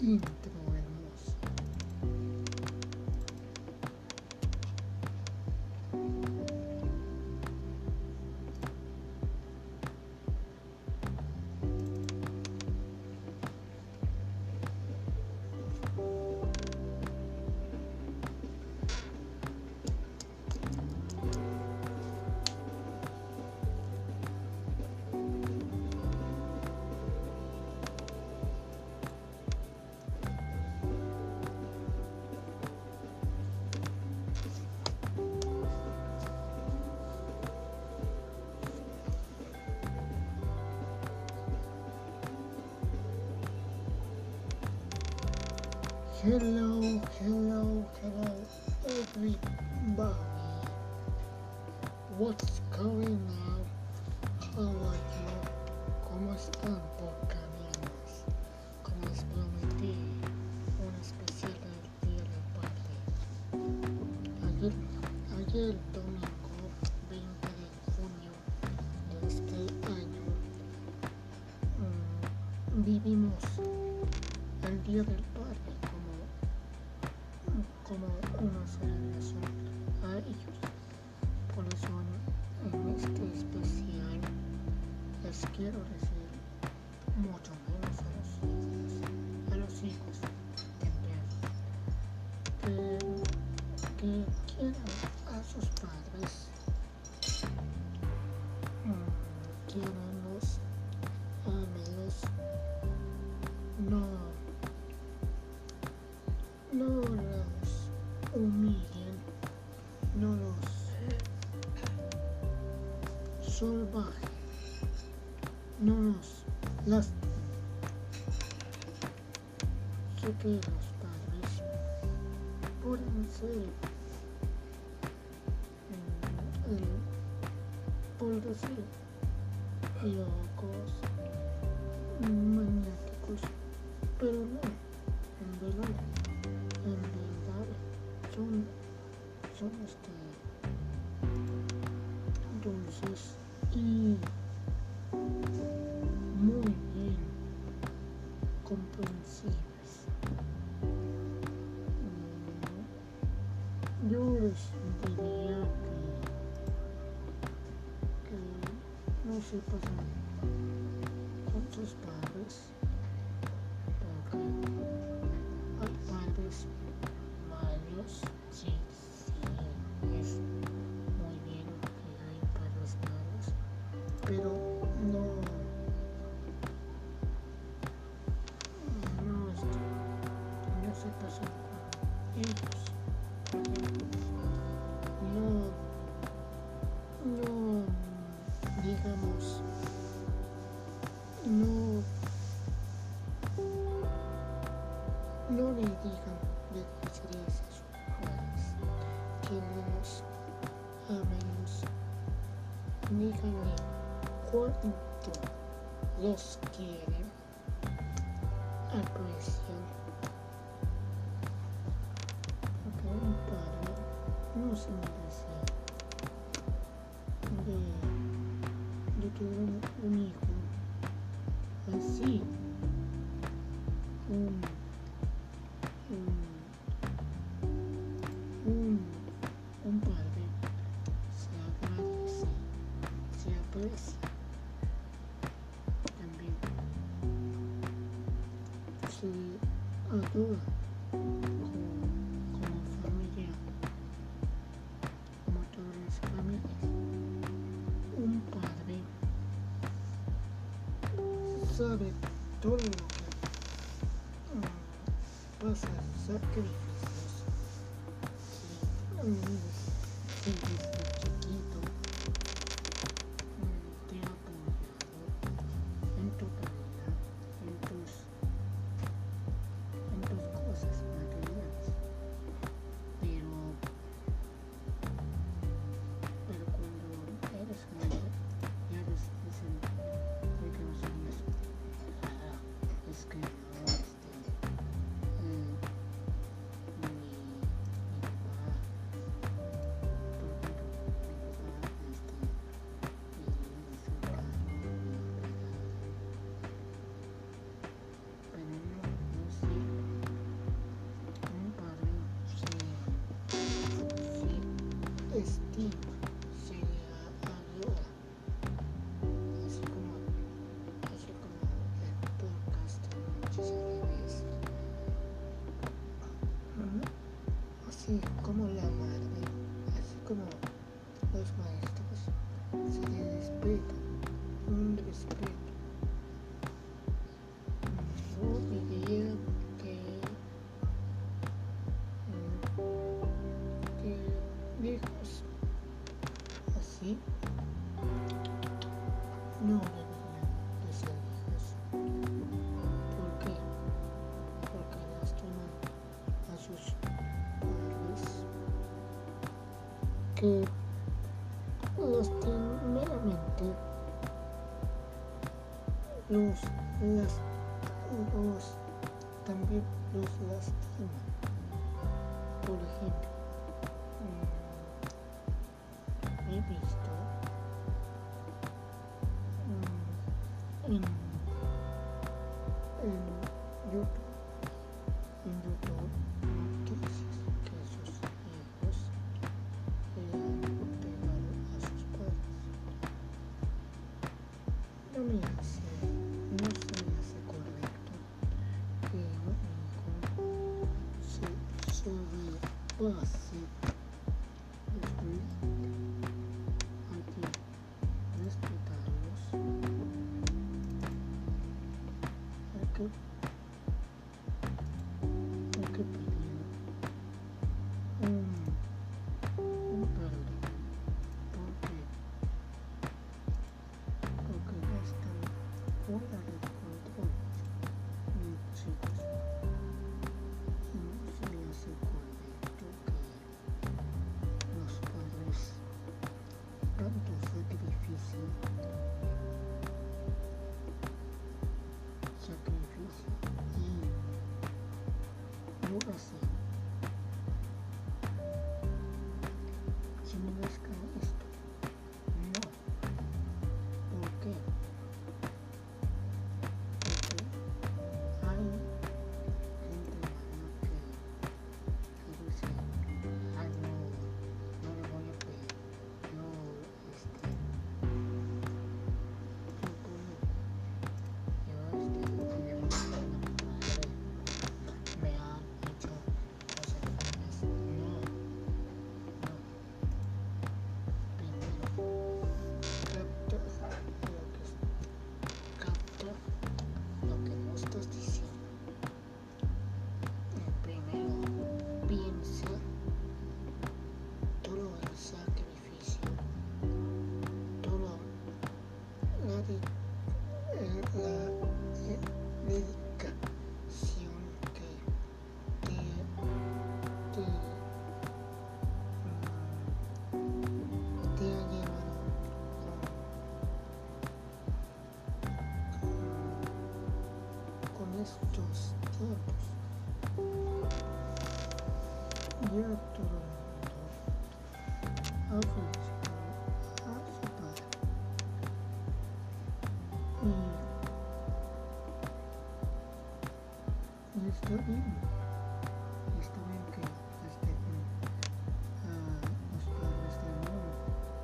intro hermoso. Hello, everybody. What's going on? How are you? ¿Cómo están, porcamianos? Como les prometí, un especial del Día del Padre. Ayer domingo 20 de junio de este año, vivimos el Día del Padre como una celebración a ellos. Por eso en este especial les quiero decir mucho menos a los hijos tempranos que quieran a sus padres, quieranlos, ámenlos, no los humillen, no los salvajen, no los lastimen. Sé que los padres pueden ser, por decir, locos, maniáticos, pero no, en verdad son dulces y muy bien comprensibles. Yo les diría que no se pasen con sus padres, porque hay padres malos, sí, es muy bien que hay padres malos, pero no se pasen con ellos. Digamos, no le digan de groserías a sus padres, que menos a menos díganle cuánto los quieren, aprecian, porque un padre no se merece de tener un hijo así, un padre se agradece, se aprecia, también se adora como familia, como todas las familias. Un padre sabe todo lo que pasa, sacrificios, si desde chiquito te ha apoyado en tu camino, en tus cosas materiales, pero cuando eres grande ya dicen que no son eso. Es que no, mi mamá, por ejemplo, ti sería ayuda, así como el podcast de muchos bebés, así como la madre, así como los maestros, sería respeto, un respeto. Yo diría que hijos así no deberían de ser hijos. ¿Por qué? Porque lastiman a sus padres que lastimeramente también los lastiman. Por ejemplo, he visto en YouTube, noticias que sus hijos le han pegado a sus padres. No se me hace correcto que un hijo se sobrepase hay que respetarlos, hay que pedir un perdón porque ya están fuera de control mis hijos. Y no se me hace correcto que los padres tanto sacrificio y no así. Si me merezca esto, no. ¿Por qué? Porque hay gente mala que dice, ay no le voy a pedir, yo me han hecho cosas buenas. No. Primero, capta lo que no estás diciendo. Primero, piensa todo el sacrificio, todo la dedicación que te ha llevado con estos tiempos. Ya todo el mundo ha fallecido a su padre y está bien que estén los padres del mundo.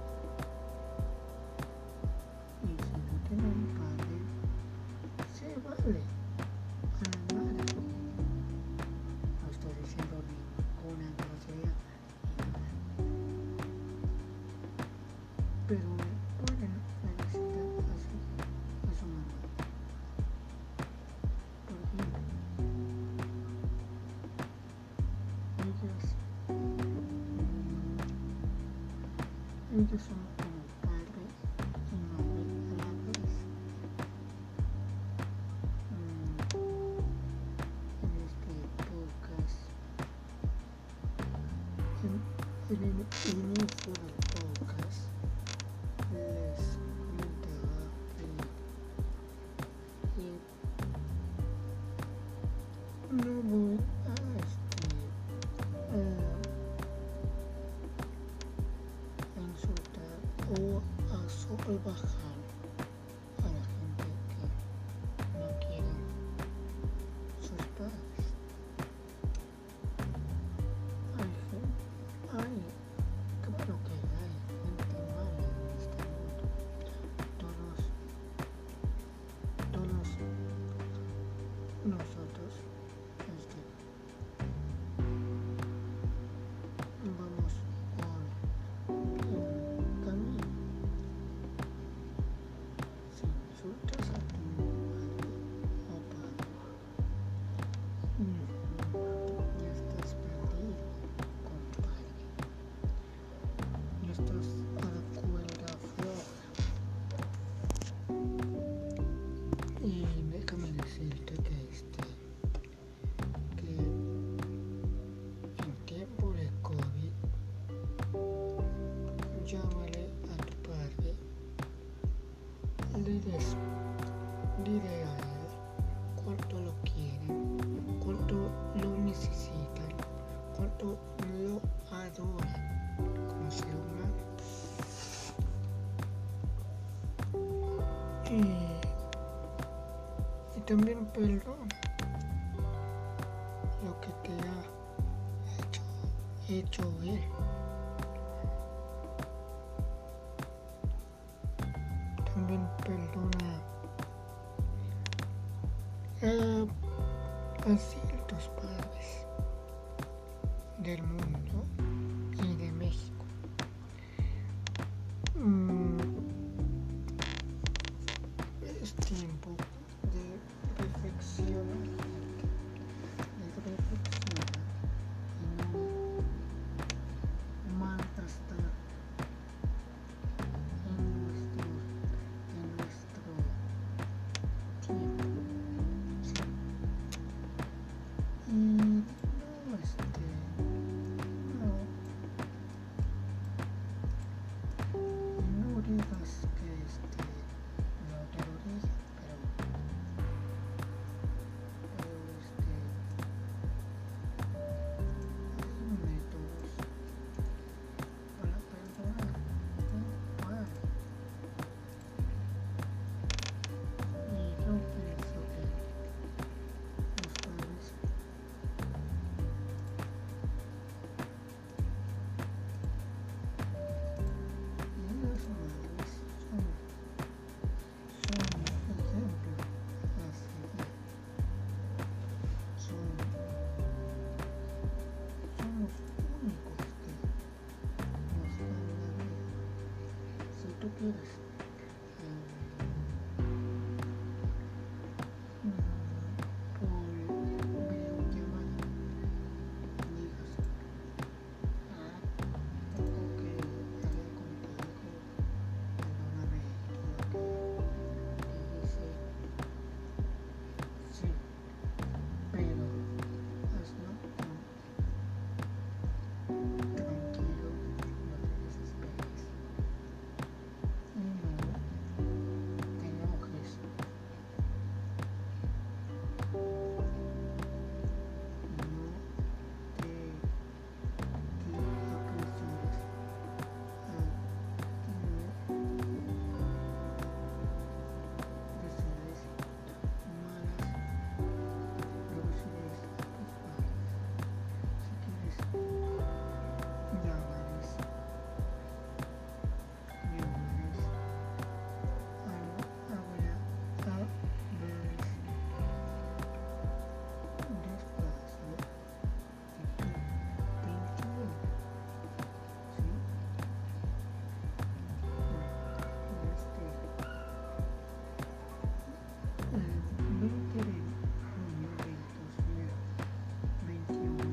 Y si no tienen un padre, se vale a la madre. No estoy diciendo ninguna grosería ni nada, pero pueden felicitar a su mamá. Por ejemplo, ellos son como padre y madre a la vez. En este podcast, en el inicio del podcast, les comentaba que no voy a insultar o a sobrebajar a la gente que no quiere sus padres. Claro que hay nosotros vamos por un camino. Si insultas a tu madre o padre, ya estás perdido, compadre. Ya estás a la cuerda floja. Y déjame decirte que en tiempo de COVID, llámale a tu padre, dile a él cuánto lo quieren, cuánto lo necesitan, cuánto lo adoran como ser humano. Y también perdona lo que te ha hecho él. También perdona a ciertos padres del mundo y de México. Es tiempo de reflexionar y no malgastar en nuestro tiempo. ¿Sí? Y no digas que no te lo dije, pero hay métodos para perdonar, y yo pienso que los padres y las madres son ejemplo a seguir. Son los únicos que nos dan la vida. Si tú quieres por videollamada, digas, tengo que hablar contigo, perdóname todo lo que hice. Sí, pero hazlo tranquilo, no te desesperes y no te enojes, no te apresures, no desees malas groserías a tus padres. Si quieres, llámales a verles despacio y tranquilo, ¿sí? El 20 de junio del 2021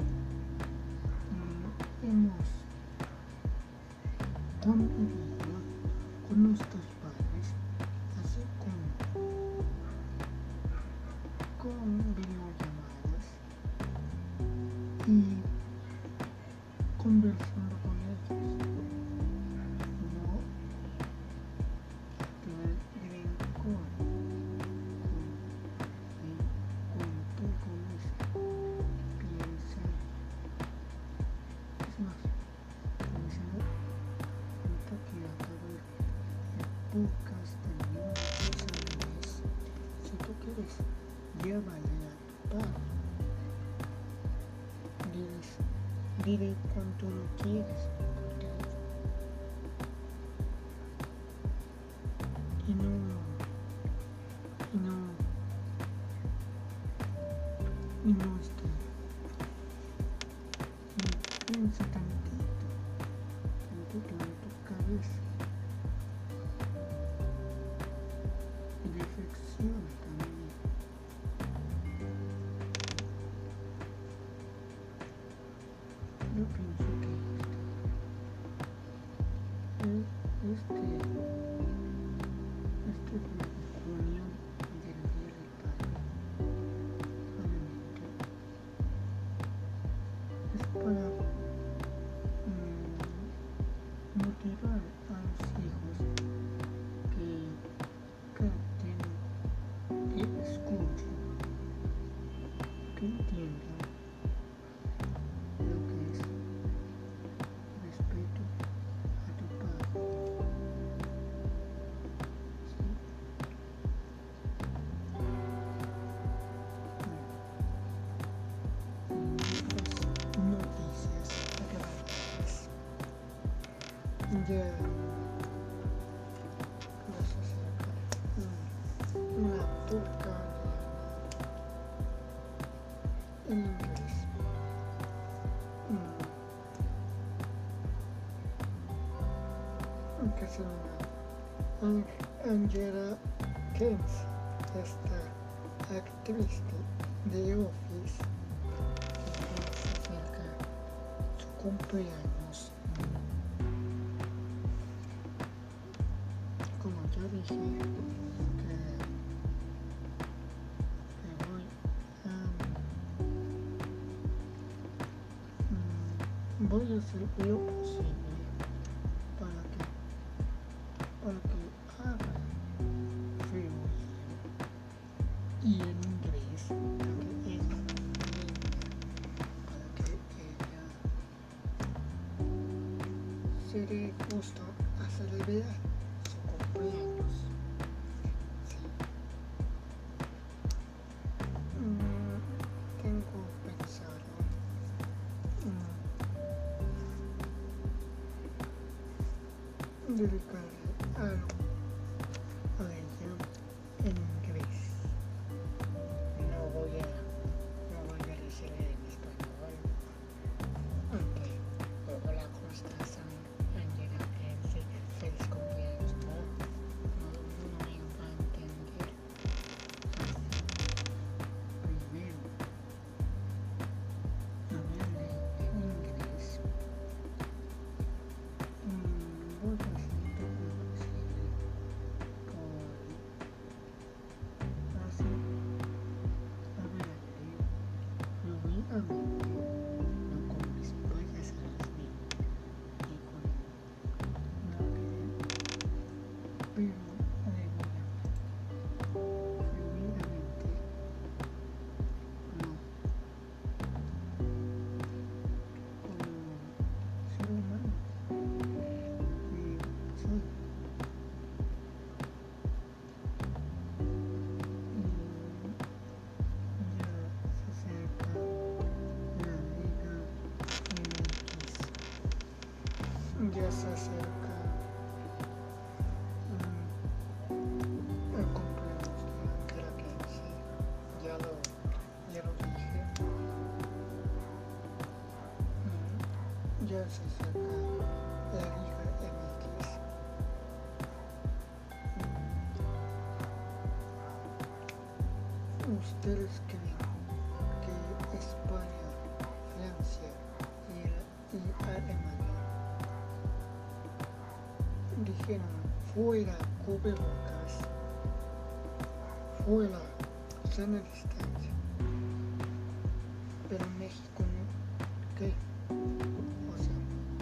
hemos convivido con nuestros padres, así con videollamadas y conversando con ellos, no actuar de rencor cuando tú comes, piensa, es más, piensa ahorita que acabe el podcast, terminamos esa vez. Si tú quieres, llévale a tu padre, dile cuánto lo quieres, y no y no estoy. Piensa tantito en tu cabeza y reflexiona también. Yo pienso que este es la reunión del Día del Padre. Obviamente es para motivar a los hijos que traten, que escuchen, que entiendan lo que es respeto a tu padre. ¿Sí? Bueno, noticias agradables. Ya se acerca una turca en inglés. Que es una Angela Keynes, esta actriz de Office, que se acerca su cumpleaños. Como ya dije, que voy a hacer lo posible para que haga frío y en inglés, para que ella se le gusta a celebrar su cumpleaños. Sí. Tengo pensado dedicarle algo a ella en inglés. No voy a decirle en español. Aunque, hola, ¿cómo estás? Angela, feliz cumpleaños. No me va a entender. Primero, hablarle en inglés. Voy a hacer todo lo posible por así hablarle fluidamente, no con mis payasadas ni con rapidez, pero fluidamente, no como ser humano que soy. Ya se acerca la Liga MX, ya se acerca el cumpleaños de Angela Keynes, ya lo dije. Ya se acerca la Liga MX. Ustedes creen que España, Francia y Alemania dijeron fuera cubrebocas, fuera sana distancia, pero México no? ¿Qué? O sea,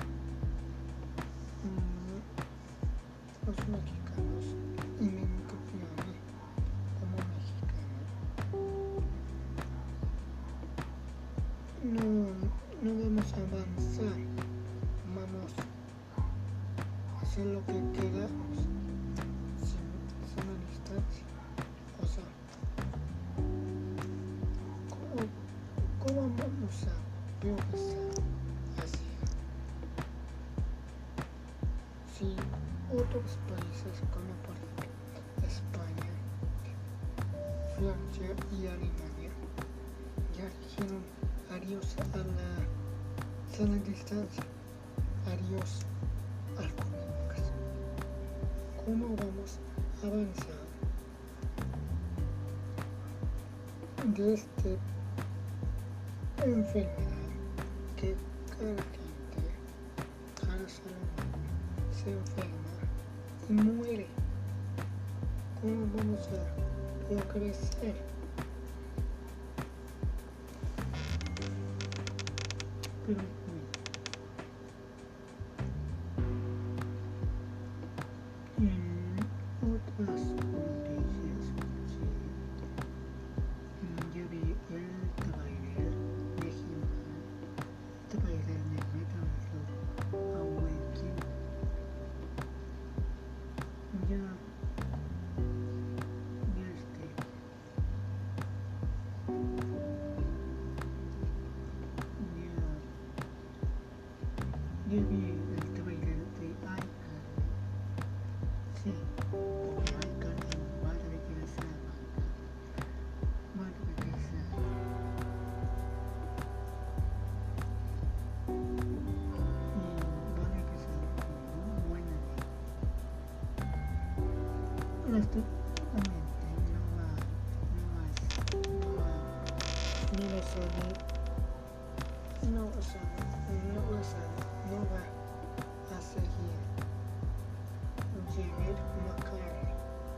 los mexicanos, y me incluyo a mí como mexicano, no vamos a avanzar, vamos a hacer lo que queramos sin sana distancia. O sea, ¿cómo vamos a progresar así? Si otros países como por ejemplo España, Francia y Alemania ya dijeron adiós a la sana distancia, adiós al cubrebocas. ¿Cómo vamos a avanzar de esta enfermedad que cada gente, cada ser humano se enferma y muere? ¿Cómo vamos a progresar? Pero en otras noticias, ya vi el trailer de He-Man, el trailer de Metal Slug Awakening. Ya vi el trailer de iCarly. Sí, porque iCarly va a regresar, va a regresar. Y va a regresar con buena ley. Lastimosamente no va a seguir Janet McCarthy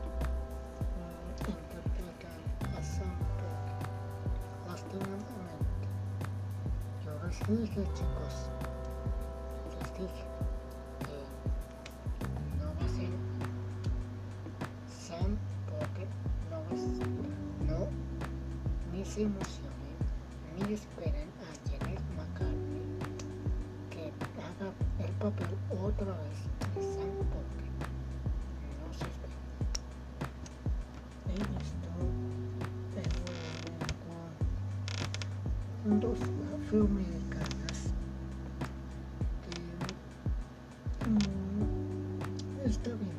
interpretar a Sam Peck. Lastimosamente, yo les dije, chicos, les dije que no va a ser Sam Peck, no, ni se emocionen, ni esperen a Janet McCarthy que haga el papel otra vez de Sam Peck. No se esperen. He visto con dos afroamericanas que está bien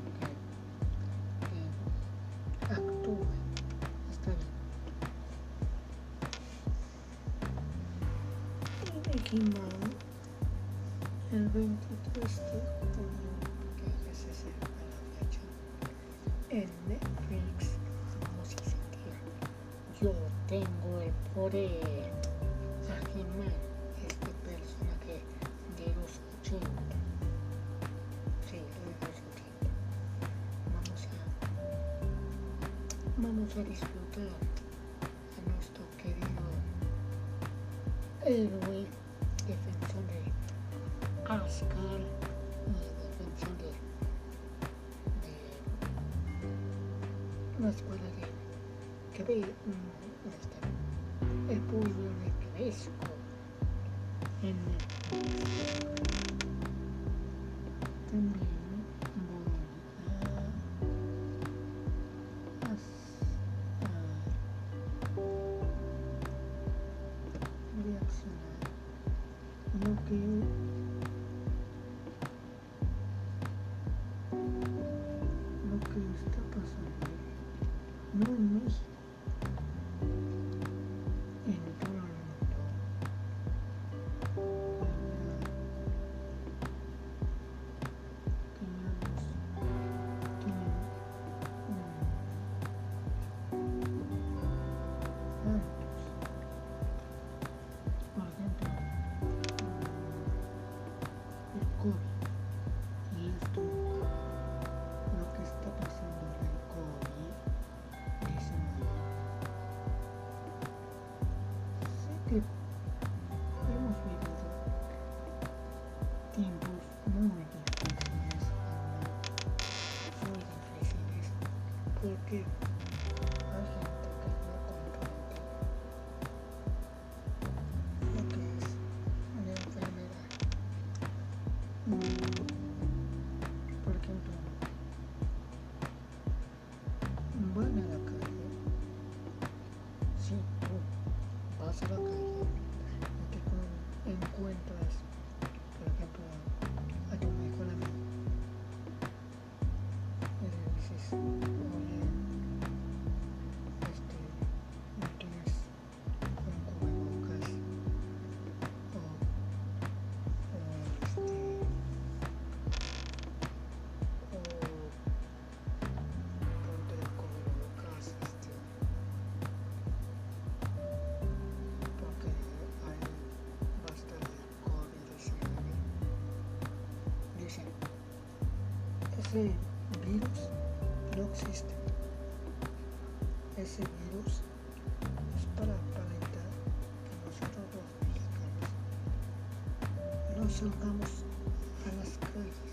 que actúen, está bien. Y He-Man el 23 de junio, que ya se acerca la fecha, en Netflix. Vamos a sentir, yo tengo el poder. A He-Man, este personaje de los 80. Sí, de los 80. Vamos a disfrutar a nuestro querido héroe, defensor de Asgard y defensor de la escuela de el pueblo de Cresco en también voy a reaccionar lo que está pasando, no en México, en todo el mundo. Por ejemplo, el COVID, y esto, lo que está pasando en el COVID-19. Sé que hemos vivido tiempos muy difíciles, porque hay gente que no comprende lo que es una enfermedad. Por ejemplo, van a la calle, si tú vas a la calle y te encuentras, por ejemplo, a tu mejor amigo y le dices, oye, no tienes un cubrebocas. ese virus no existe. Ese virus es para aparentar que nosotros los mexicanos no salgamos a las calles.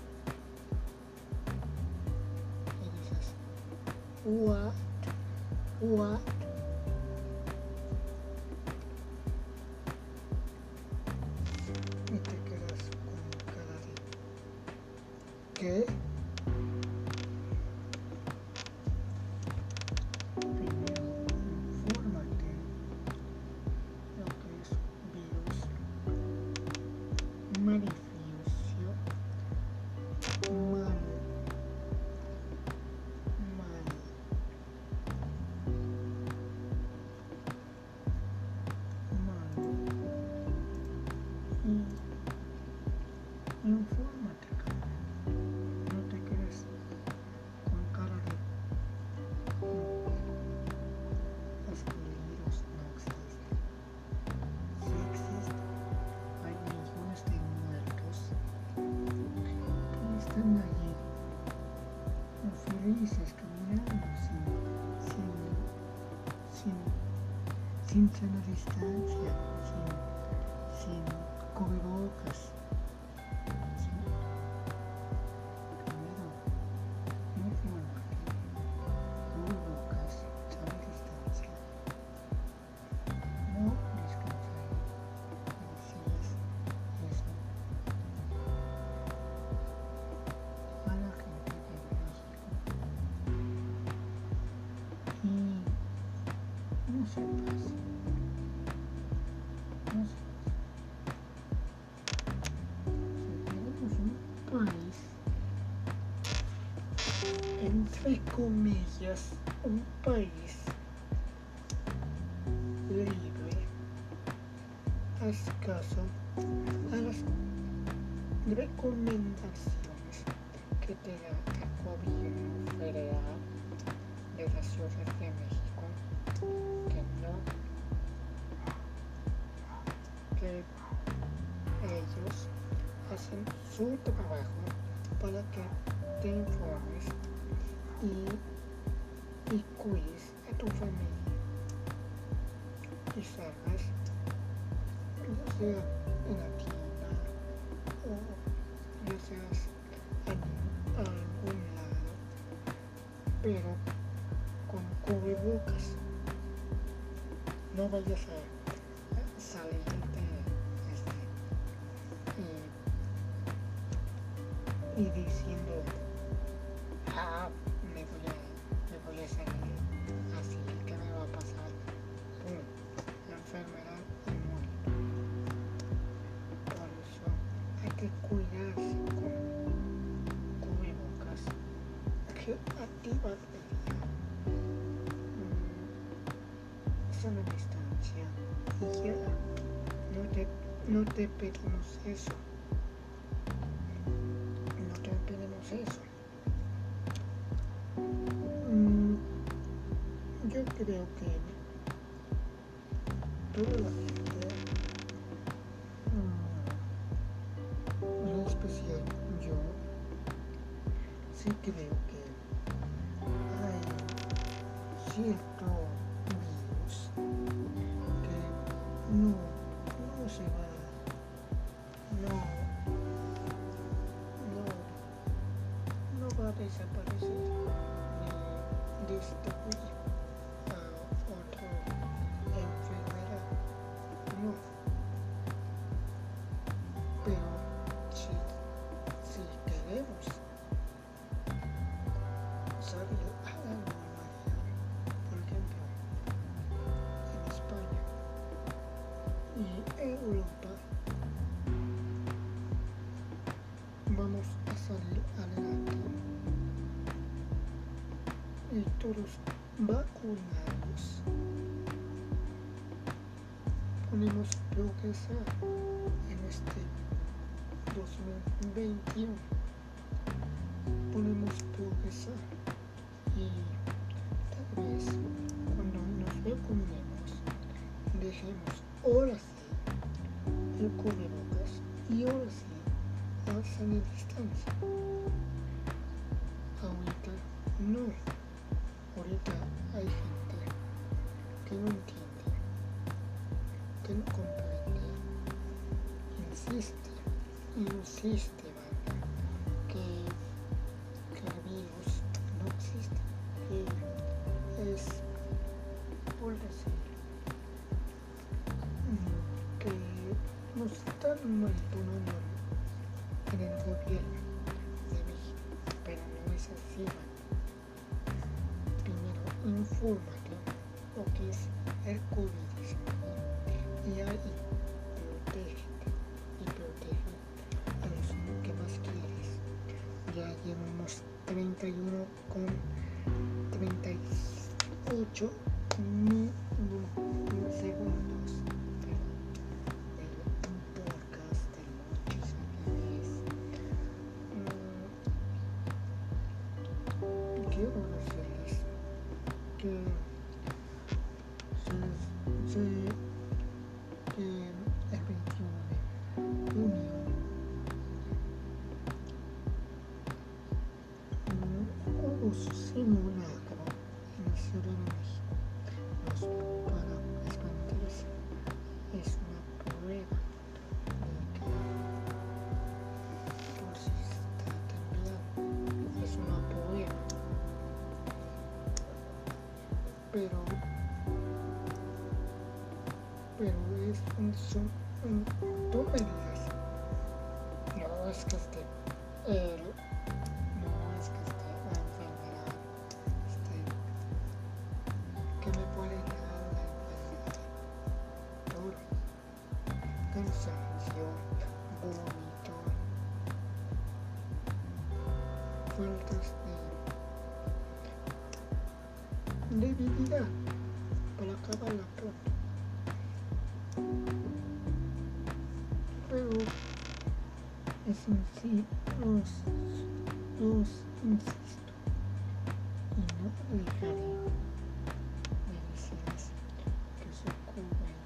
Y dices, what? Y te quedas con cara de ¿qué? Primero, infórmate lo que es virus, maleficio, mal, y infórmate, cabrón. No te quedes con cara de es que el virus no existe. Sí existe. Hay millones de muertos que están allí, felices, caminando sin sana distancia, sin cubrebocas. Primero, infórmate, cubrebocas, sana distancia. No descansar y decirles eso a la gente de México. Y no se pase. Si tenemos un país, entre comillas, un país libre, haz caso a las recomendaciones que te da el gobierno federal de la Ciudad de México, que ellos hacen su trabajo para que te informes y cuides a tu familia y salgas, ya sea en la tienda o ya seas a algún lado, pero con cubrebocas. No vayas a salir y diciendo, me voy a salir así, ¿qué me va a pasar? ¡Pum! La enfermedad y muerto. Por eso hay que cuidarse con cubrebocas que activas el día. Sana distancia y ya, no te pedimos eso. Yo creo que toda la gente, en especial yo, sí creo que hay cierto virus que no se va, no va a desaparecer ni destruir a otra enfermedad, no. Pero si queremos salir a la normalidad, por ejemplo, en España y en Europa, vamos a salir adelante y todos vacunados podemos progresar en este 2021. Podemos progresar y tal vez cuando nos vacunemos dejemos ahora sí el cubrebocas y ahora sí a sana distancia. no, ahorita hay gente que no entiende, que no comprende, insiste, banda, que el virus no existe, que es, por decir, que nos están manipulando en el gobierno de México, pero no es así, man. Primero, infórmate lo que es el COVID-19 y ahí protege a los que más quieres. Ya llevamos 31,38 segundos. Un podcast de muchos años. Quiero decirles que el 21 de junio hubo simulacro en la Ciudad de México. Para espantarse, es una prueba de que por si está temblando, es una prueba. Pero es tú me digas, no es que esté la enfermedad, que me puede llegar la enfermedad, todo, cansancio, vómito, faltas de debilidad para acabarla pronto. Pero es en sí, los insisto, y no dejaré de decirles que se cubren,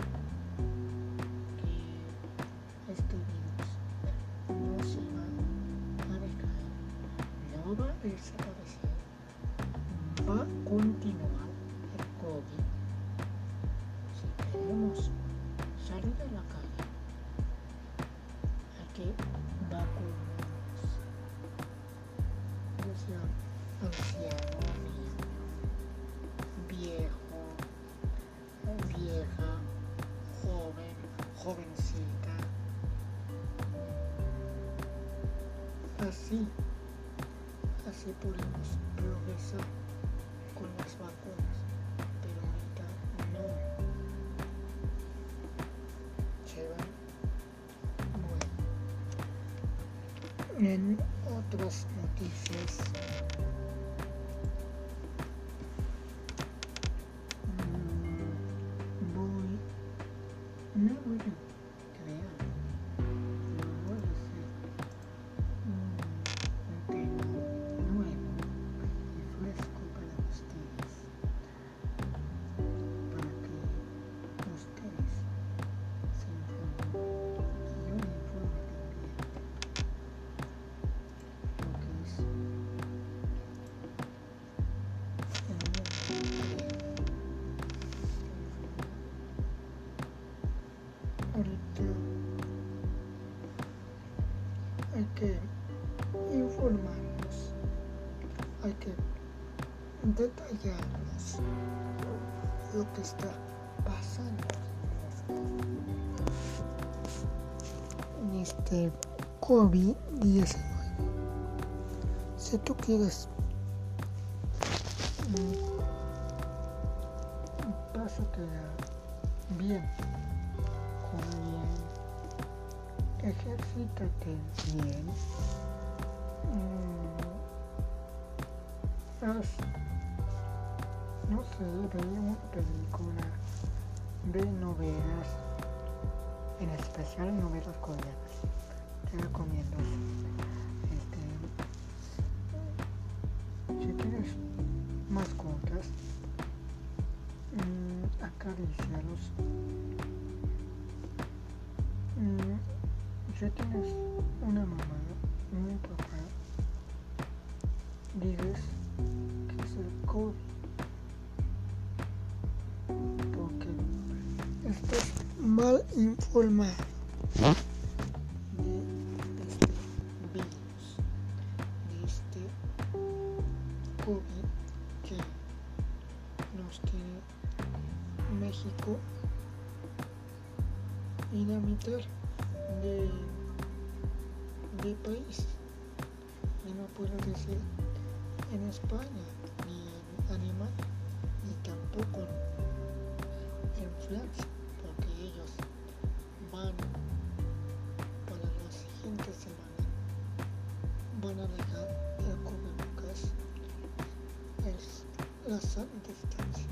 que este virus no se va a dejar, no va a desaparecer, va a continuar el COVID. Si queremos salir a la calle, hay que vacunarnos, ya sea anciano, niño, viejo, vieja, joven, jovencita. Así podemos progresar con las vacunas, pero ahorita no. Se van. Bueno, en otras noticias, no voy a crear, no voy a hacer un tema nuevo y fresco para ustedes, para que ustedes se informen y yo me informe también lo que es el mundo. Ahorita hay que informarnos, hay que detallarnos lo que está pasando en este COVID-19. Si tú quieres pásatela bien, come bien, ejercítate bien, no sé, ve una película, ve novelas, en especial novelas coreanas, te recomiendo eso. Si tienes mascotas, acarícialos. Si tienes una mamá, un papá, diles COVID, porque estás mal informado de este virus, de este COVID que nos tiene México y la mitad de país. Y no puedo decir en España, ni en Alemania, ni tampoco en Francia, porque ellos van para la siguiente semana, van a dejar el cubrebocas, la sana distancia.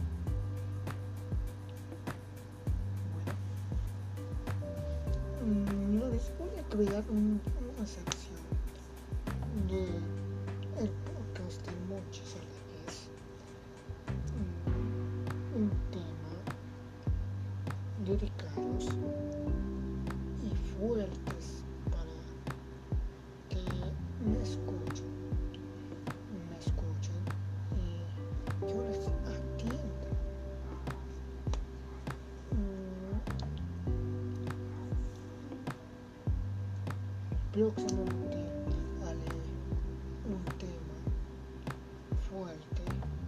Bueno, yo les voy a crear una sección de el podcast de Monchis a la vez, un tema dedicados y fuertes para que me escuchen y yo les atienda. Próximamente haré un tema fuerte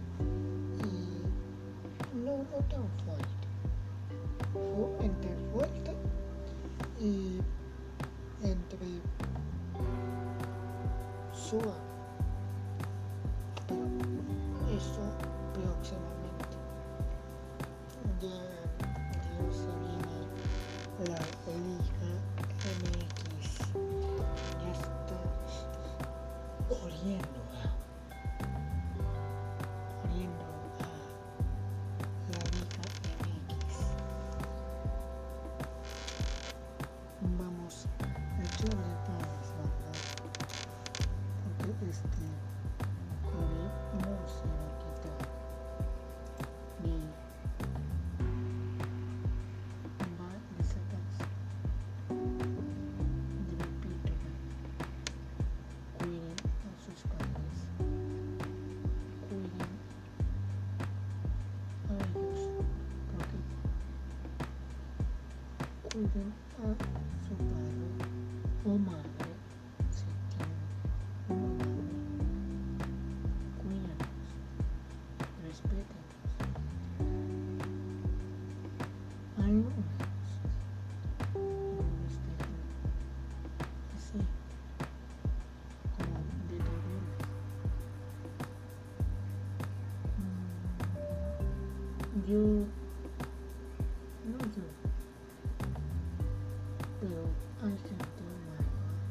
y no tan fuerte, entre fuerte y entre suave, pero eso próximamente. Ya se viene la Liga MX, ya está oliendo a la Liga MX. Vamos a echarle ganas, ¿verdad? Porque este COVID no se va a quitar ni va a desaparecer. Y repito, cuiden a sus padres, cuiden a ellos, porque cuiden a su padre o madre, si tienen una madre, cuídenlos, respétenlos, ayúdenlos, no los dejen así, como dictaduras. Yo pero hay gente mala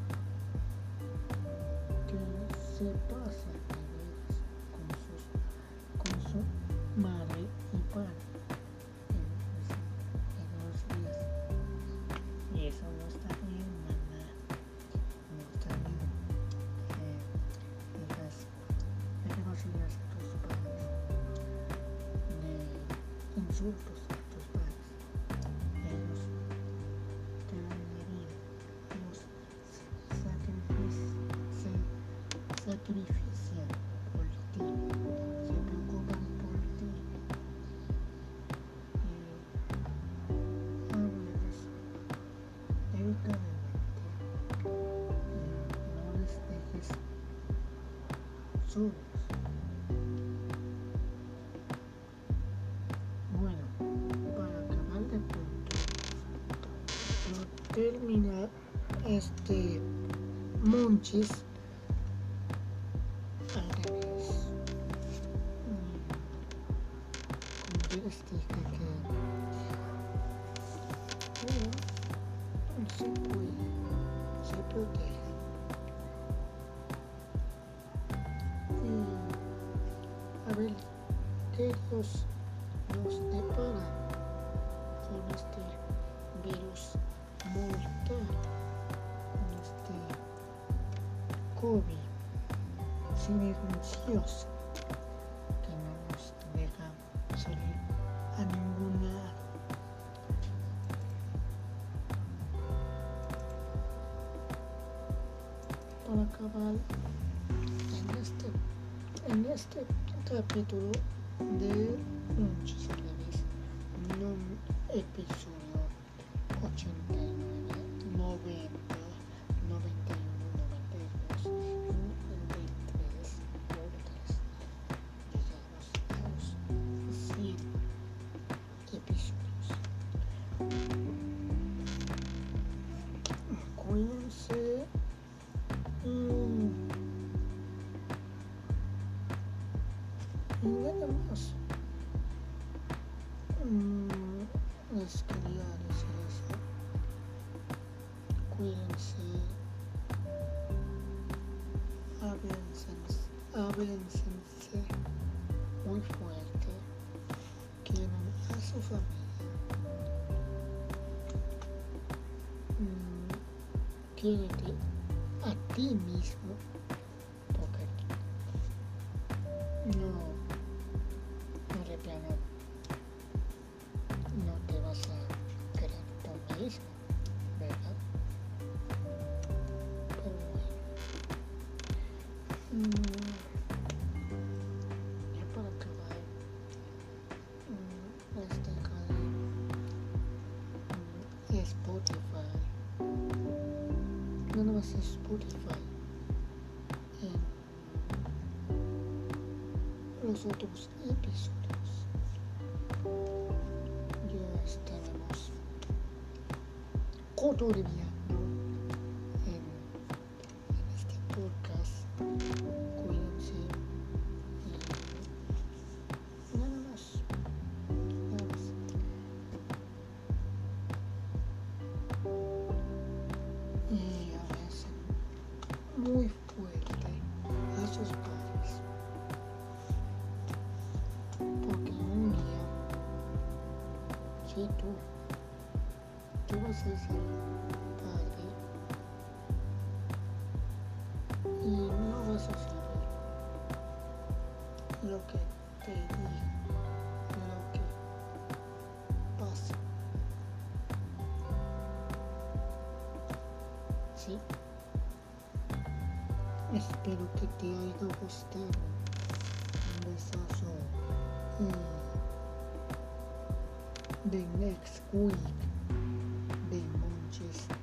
que se pasa de veras con su madre y padre en los días. Y eso no está bien, mamá. No está bien. Dejas días a tus padres. De insultos a tus padres. Ellos te dan la vida. Ellos sacrifican por ti. Se preocupan por ti. Y háblales educadamente. No les dejes solos. Bueno, para acabar de punto, para terminar este Monchis al revés, como yo les dije que uno se cuide, se protege y a ver qué Dios nos depara con este virus mortal, con este COVID silencioso que no nos deja salir a ningún lado. Para acabar en este capítulo de Muchos Breves, episodio 89, 90, 91, 92, 93, podcast. Llegamos a los 100 episodios. Cuídense y nada más. Les quería decir eso. Cuídense, abrácense muy fuerte, quieran a su familia, quiérete a ti mismo, porque no de plano no te vas a querer tú mismo, ¿verdad? Pero bueno, ya para acabar este canal, Spotify, no más Spotify, en los otros episodios ya estaremos cotorreando en este podcast. Cuídense y nada más. Y abracen muy fuerte a sus padres, porque un día, si tú vas a ser padre y no vas a saber lo que te diga, lo que pasa. ¿Sí? Espero que te haya gustado. Un besazo. The next week, the Munches